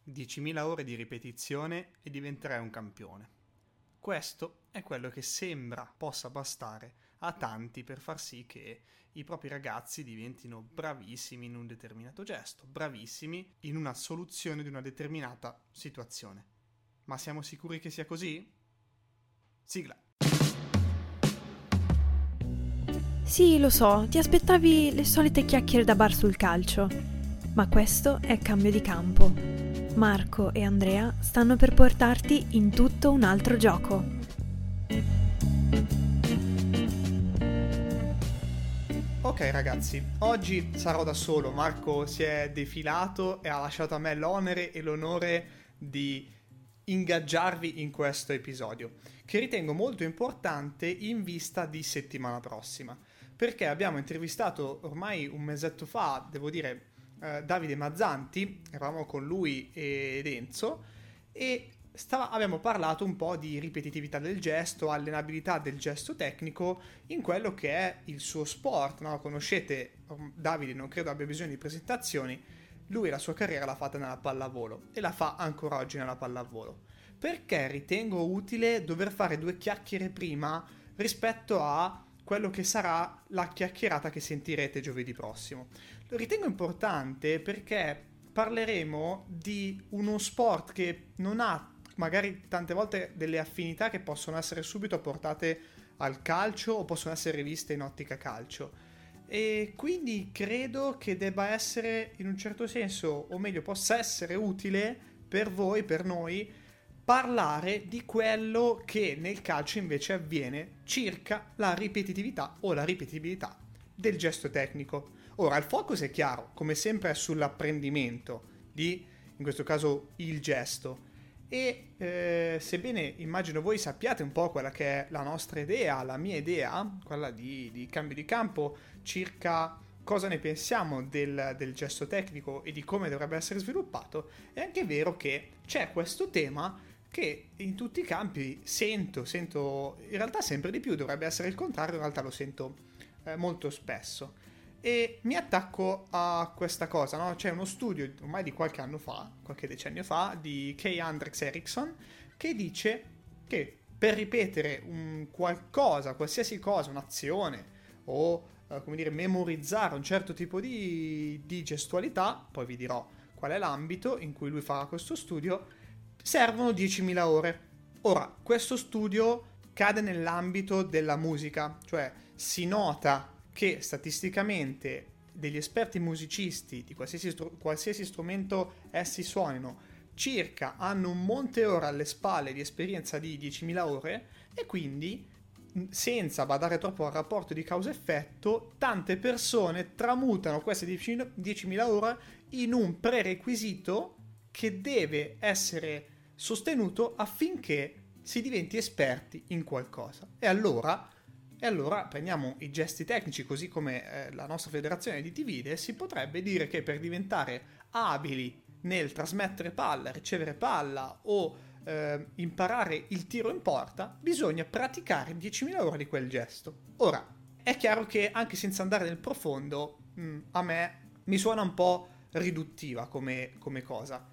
10.000 ore di ripetizione e diventerai un campione. Questo è quello che sembra possa bastare a tanti per far sì che i propri ragazzi diventino bravissimi in un determinato gesto, bravissimi in una soluzione di una determinata situazione. Ma siamo sicuri che sia così? Sigla. Sì, lo so, ti aspettavi le solite chiacchiere da bar sul calcio. Ma questo è Cambio di Campo. Marco e Andrea stanno per portarti in tutto un altro gioco. Ok ragazzi, oggi sarò da solo. Marco si è defilato e ha lasciato a me l'onere e l'onore di ingaggiarvi in questo episodio, che ritengo molto importante in vista di settimana prossima, perché abbiamo intervistato ormai un mesetto fa, devo dire, Davide Mazzanti, eravamo con lui ed Enzo, e abbiamo parlato un po' di ripetitività del gesto, allenabilità del gesto tecnico in quello che è il suo sport, no? Conoscete Davide, non credo abbia bisogno di presentazioni. Lui la sua carriera l'ha fatta nella pallavolo e la fa ancora oggi nella pallavolo. Perché ritengo utile dover fare due chiacchiere prima rispetto a quello che sarà la chiacchierata che sentirete giovedì prossimo? Lo ritengo importante perché parleremo di uno sport che non ha magari tante volte delle affinità che possono essere subito portate al calcio o possono essere riviste in ottica calcio. E quindi credo che debba essere in un certo senso, o meglio possa essere utile per voi, per noi, parlare di quello che nel calcio invece avviene circa la ripetitività o la ripetibilità del gesto tecnico. Ora, il focus è chiaro, come sempre è sull'apprendimento di, in questo caso, il gesto. E sebbene immagino voi sappiate un po' quella che è la nostra idea, la mia idea, quella di cambio di campo, circa cosa ne pensiamo del gesto tecnico e di come dovrebbe essere sviluppato, è anche vero che c'è questo tema che in tutti i campi sento, in realtà sempre di più, dovrebbe essere il contrario, in realtà lo sento molto spesso. E mi attacco a questa cosa, no? C'è uno studio ormai di qualche anno fa, qualche decennio fa, di Kay Andrex Erickson, che dice che per ripetere un qualcosa, qualsiasi cosa, un'azione o come dire, memorizzare un certo tipo di gestualità, poi vi dirò qual è l'ambito in cui lui fa questo studio, servono 10.000 ore. Ora, questo studio cade nell'ambito della musica, cioè si nota che statisticamente degli esperti musicisti di qualsiasi strumento essi suonino circa hanno un monte ore alle spalle di esperienza di 10.000 ore e quindi senza badare troppo al rapporto di causa-effetto tante persone tramutano queste 10.000 ore in un prerequisito che deve essere sostenuto affinché si diventi esperti in qualcosa. E allora prendiamo i gesti tecnici, così come la nostra federazione di divide, si potrebbe dire che per diventare abili nel trasmettere palla, ricevere palla o imparare il tiro in porta, bisogna praticare 10.000 ore di quel gesto. Ora, è chiaro che anche senza andare nel profondo, a me mi suona un po' riduttiva come cosa.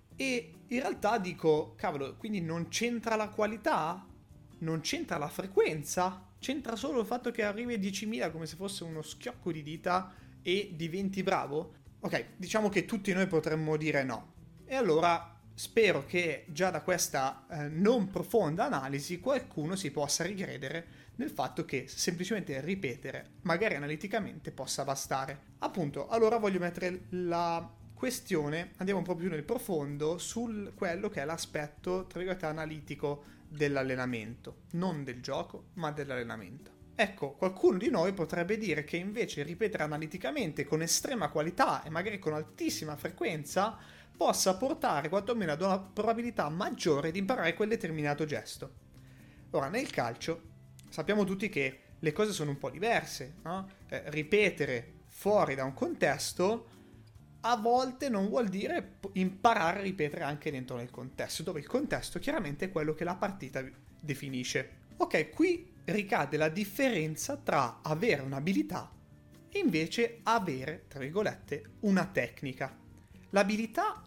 E in realtà dico, cavolo, quindi non c'entra la qualità? Non c'entra la frequenza? C'entra solo il fatto che arrivi a 10.000 come se fosse uno schiocco di dita e diventi bravo? Ok, diciamo che tutti noi potremmo dire no. E allora spero che già da questa non profonda analisi qualcuno si possa ricredere nel fatto che semplicemente ripetere, magari analiticamente, possa bastare. Appunto, allora voglio mettere la questione, andiamo un po' più nel profondo, su quello che è l'aspetto, tra virgolette, analitico dell'allenamento, non del gioco, ma dell'allenamento. Ecco, qualcuno di noi potrebbe dire che invece ripetere analiticamente con estrema qualità e magari con altissima frequenza possa portare quantomeno ad una probabilità maggiore di imparare quel determinato gesto. Ora, nel calcio sappiamo tutti che le cose sono un po' diverse, no? Ripetere fuori da un contesto a volte non vuol dire imparare a ripetere anche dentro nel contesto, dove il contesto chiaramente è quello che la partita definisce. Ok, qui ricade la differenza tra avere un'abilità e invece avere, tra virgolette, una tecnica. L'abilità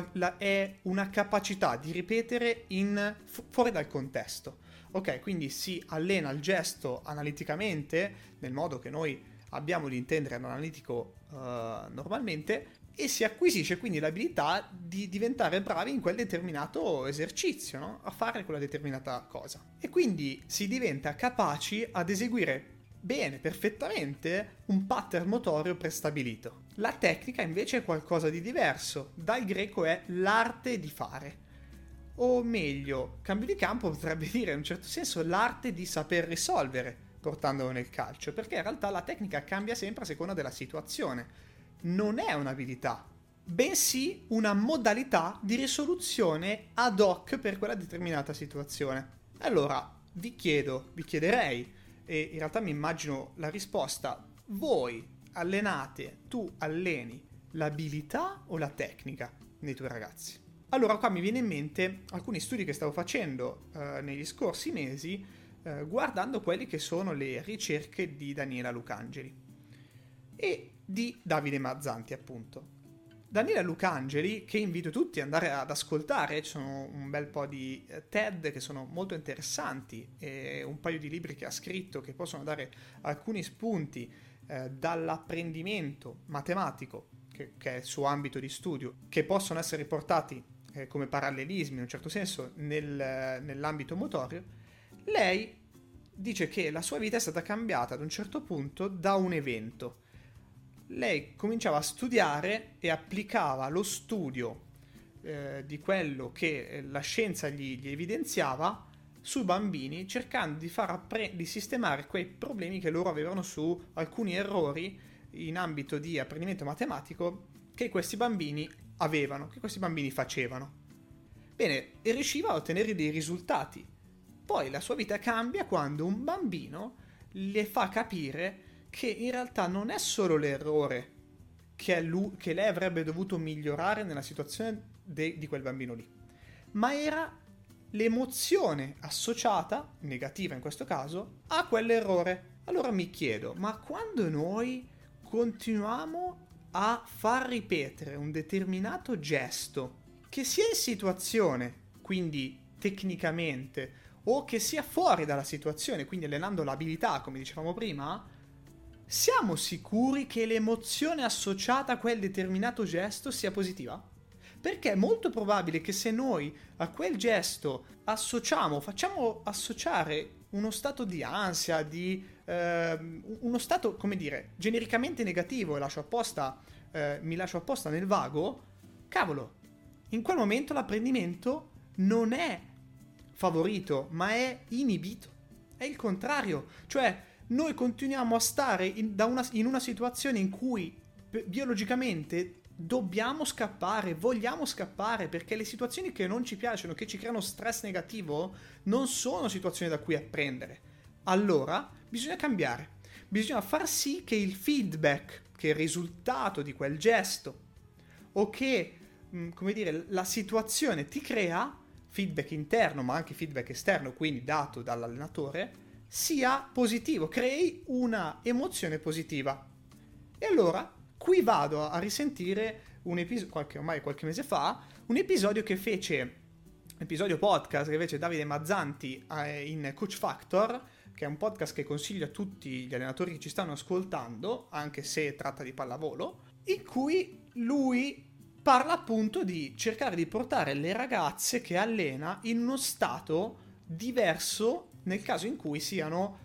è una capacità di ripetere fuori dal contesto. Ok, quindi si allena il gesto analiticamente, nel modo che noi abbiamo di intendere l'analitico normalmente, e si acquisisce quindi l'abilità di diventare bravi in quel determinato esercizio, no? A fare quella determinata cosa. E quindi si diventa capaci ad eseguire bene, perfettamente, un pattern motorio prestabilito. La tecnica invece è qualcosa di diverso. Dal greco è l'arte di fare. O meglio, cambio di campo potrebbe dire in un certo senso l'arte di saper risolvere portandolo nel calcio, perché in realtà la tecnica cambia sempre a seconda della situazione. Non è un'abilità, bensì una modalità di risoluzione ad hoc per quella determinata situazione. Allora, vi chiederei, e in realtà mi immagino la risposta, voi tu alleni l'abilità o la tecnica nei tuoi ragazzi? Allora qua mi viene in mente alcuni studi che stavo facendo negli scorsi mesi guardando quelle che sono le ricerche di Daniela Lucangeli e di Davide Mazzanti, appunto. Daniela Lucangeli, che invito tutti ad andare ad ascoltare, ci sono un bel po' di TED che sono molto interessanti e un paio di libri che ha scritto che possono dare alcuni spunti dall'apprendimento matematico, che è il suo ambito di studio, che possono essere riportati come parallelismi in un certo senso nell'ambito motorio. Lei dice che la sua vita è stata cambiata ad un certo punto da un evento. Lei cominciava a studiare e applicava lo studio di quello che la scienza gli evidenziava sui bambini, cercando di sistemare quei problemi che loro avevano su alcuni errori in ambito di apprendimento matematico che questi bambini avevano, che questi bambini facevano. Bene, e riusciva a ottenere dei risultati. Poi la sua vita cambia quando un bambino le fa capire che in realtà non è solo l'errore che lei avrebbe dovuto migliorare nella situazione di quel bambino lì, ma era l'emozione associata, negativa in questo caso, a quell'errore. Allora mi chiedo, ma quando noi continuiamo a far ripetere un determinato gesto, che sia in situazione, quindi tecnicamente, o che sia fuori dalla situazione, quindi allenando l'abilità, come dicevamo prima, siamo sicuri che l'emozione associata a quel determinato gesto sia positiva? Perché è molto probabile che se noi a quel gesto facciamo associare uno stato di ansia, uno stato, come dire, genericamente negativo e mi lascio apposta nel vago, cavolo, in quel momento l'apprendimento non è favorito, ma è inibito. È il contrario, cioè noi continuiamo a stare in una situazione in cui biologicamente dobbiamo scappare, vogliamo scappare, perché le situazioni che non ci piacciono, che ci creano stress negativo, non sono situazioni da cui apprendere. Allora bisogna cambiare, bisogna far sì che il feedback, che è il risultato di quel gesto, o che, come dire, la situazione ti crea, feedback interno ma anche feedback esterno, quindi dato dall'allenatore, sia positivo, crei una emozione positiva. E allora qui vado a risentire un episodio, ormai qualche mese fa, un episodio podcast che fece Davide Mazzanti in Coach Factor, che è un podcast che consiglio a tutti gli allenatori che ci stanno ascoltando, anche se tratta di pallavolo, in cui lui parla appunto di cercare di portare le ragazze che allena in uno stato diverso nel caso in cui siano,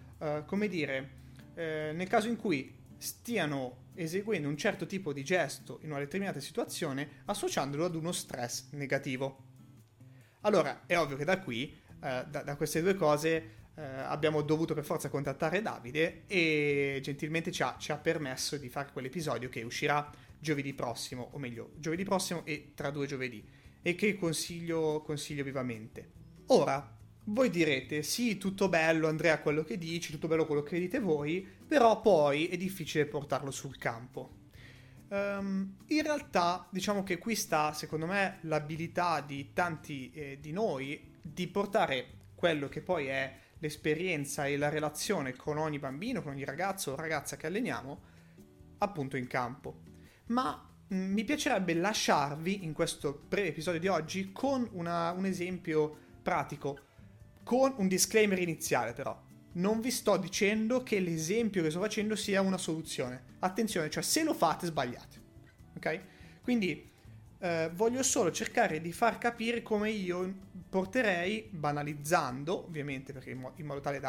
nel caso in cui stiano eseguendo un certo tipo di gesto in una determinata situazione, associandolo ad uno stress negativo. Allora, è ovvio che da qui, da queste due cose, abbiamo dovuto per forza contattare Davide e gentilmente ci ha permesso di fare quell'episodio che uscirà giovedì prossimo, o meglio, giovedì prossimo e tra 2 giovedì, e che consiglio vivamente. Ora, voi direte, sì, tutto bello Andrea quello che dici, tutto bello quello che dite voi, però poi è difficile portarlo sul campo. In realtà, diciamo che qui sta, secondo me, l'abilità di tanti di noi di portare quello che poi è l'esperienza e la relazione con ogni bambino, con ogni ragazzo o ragazza che alleniamo, appunto in campo. Ma mi piacerebbe lasciarvi in questo breve episodio di oggi con un esempio pratico, con un disclaimer iniziale però. Non vi sto dicendo che l'esempio che sto facendo sia una soluzione. Attenzione, cioè se lo fate sbagliate. Ok? Quindi voglio solo cercare di far capire come io porterei, banalizzando ovviamente, perché in modo tale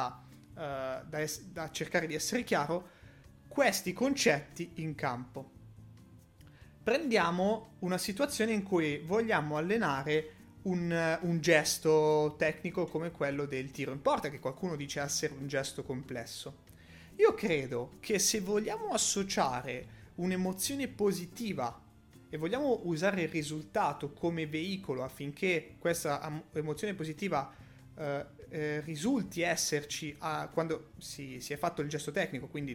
da cercare di essere chiaro, questi concetti in campo. Prendiamo una situazione in cui vogliamo allenare un gesto tecnico come quello del tiro in porta, che qualcuno dice essere un gesto complesso. Io credo che se vogliamo associare un'emozione positiva e vogliamo usare il risultato come veicolo affinché questa emozione positiva risulti esserci quando si è fatto il gesto tecnico, quindi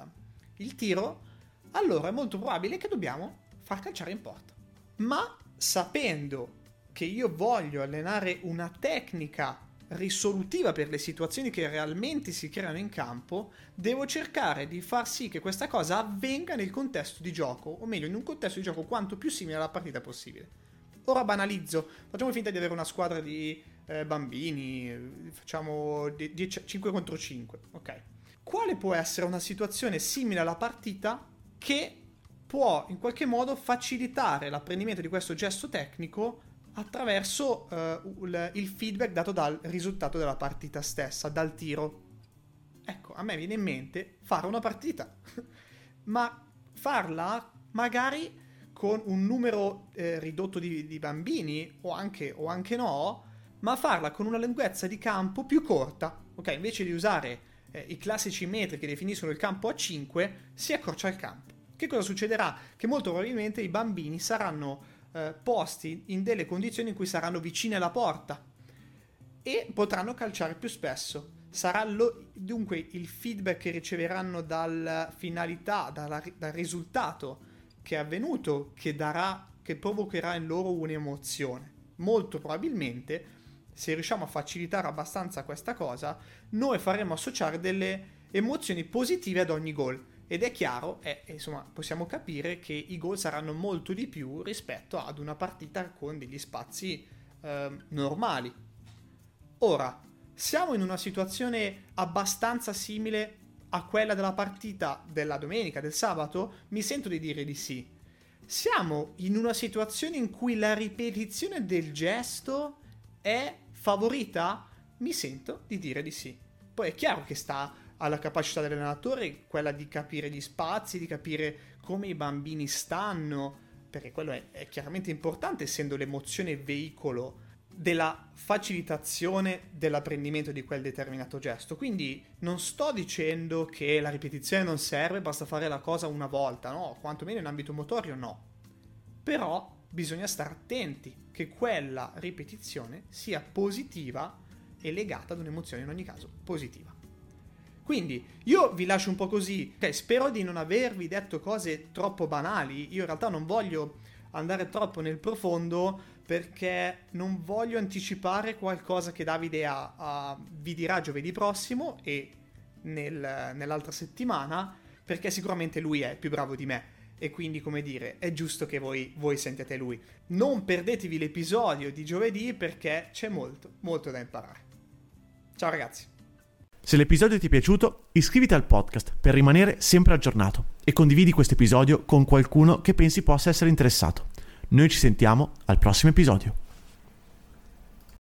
il tiro, allora è molto probabile che dobbiamo far calciare in porta. Ma sapendo che io voglio allenare una tecnica risolutiva per le situazioni che realmente si creano in campo, devo cercare di far sì che questa cosa avvenga nel contesto di gioco, o meglio in un contesto di gioco quanto più simile alla partita possibile. Ora banalizzo, facciamo finta di avere una squadra di bambini, facciamo 5 contro 5, ok? Quale può essere una situazione simile alla partita che può in qualche modo facilitare l'apprendimento di questo gesto tecnico attraverso il feedback dato dal risultato della partita stessa, dal tiro? Ecco, a me viene in mente fare una partita, ma farla magari con un numero ridotto di bambini o anche no, ma farla con una lunghezza di campo più corta, ok? Invece di usare i classici metri che definiscono il campo a 5, si accorcia il campo. Che cosa succederà? Che molto probabilmente i bambini saranno posti in delle condizioni in cui saranno vicini alla porta e potranno calciare più spesso. Sarà dunque il feedback che riceveranno dalla finalità, dal risultato che è avvenuto, che provocherà in loro un'emozione. Molto probabilmente, se riusciamo a facilitare abbastanza questa cosa, noi faremo associare delle emozioni positive ad ogni gol. Ed è chiaro, insomma, possiamo capire che i gol saranno molto di più rispetto ad una partita con degli spazi normali. Ora, siamo in una situazione abbastanza simile a quella della partita della domenica, del sabato? Mi sento di dire di sì. Siamo in una situazione in cui la ripetizione del gesto è favorita? Mi sento di dire di sì. Poi è chiaro che sta alla capacità dell'allenatore quella di capire gli spazi, di capire come i bambini stanno, perché quello è chiaramente importante, essendo l'emozione veicolo della facilitazione dell'apprendimento di quel determinato gesto. Quindi non sto dicendo che la ripetizione non serve, basta fare la cosa una volta, no? Quantomeno in ambito motorio no. Però bisogna stare attenti che quella ripetizione sia positiva e legata ad un'emozione in ogni caso positiva. Quindi io vi lascio un po' così, spero di non avervi detto cose troppo banali. Io in realtà non voglio andare troppo nel profondo perché non voglio anticipare qualcosa che Davide vi dirà giovedì prossimo e nell'altra settimana, perché sicuramente lui è più bravo di me e quindi, come dire, è giusto che voi sentiate lui. Non perdetevi l'episodio di giovedì perché c'è molto da imparare. Ciao ragazzi. Se l'episodio ti è piaciuto, iscriviti al podcast per rimanere sempre aggiornato e condividi questo episodio con qualcuno che pensi possa essere interessato. Noi ci sentiamo al prossimo episodio.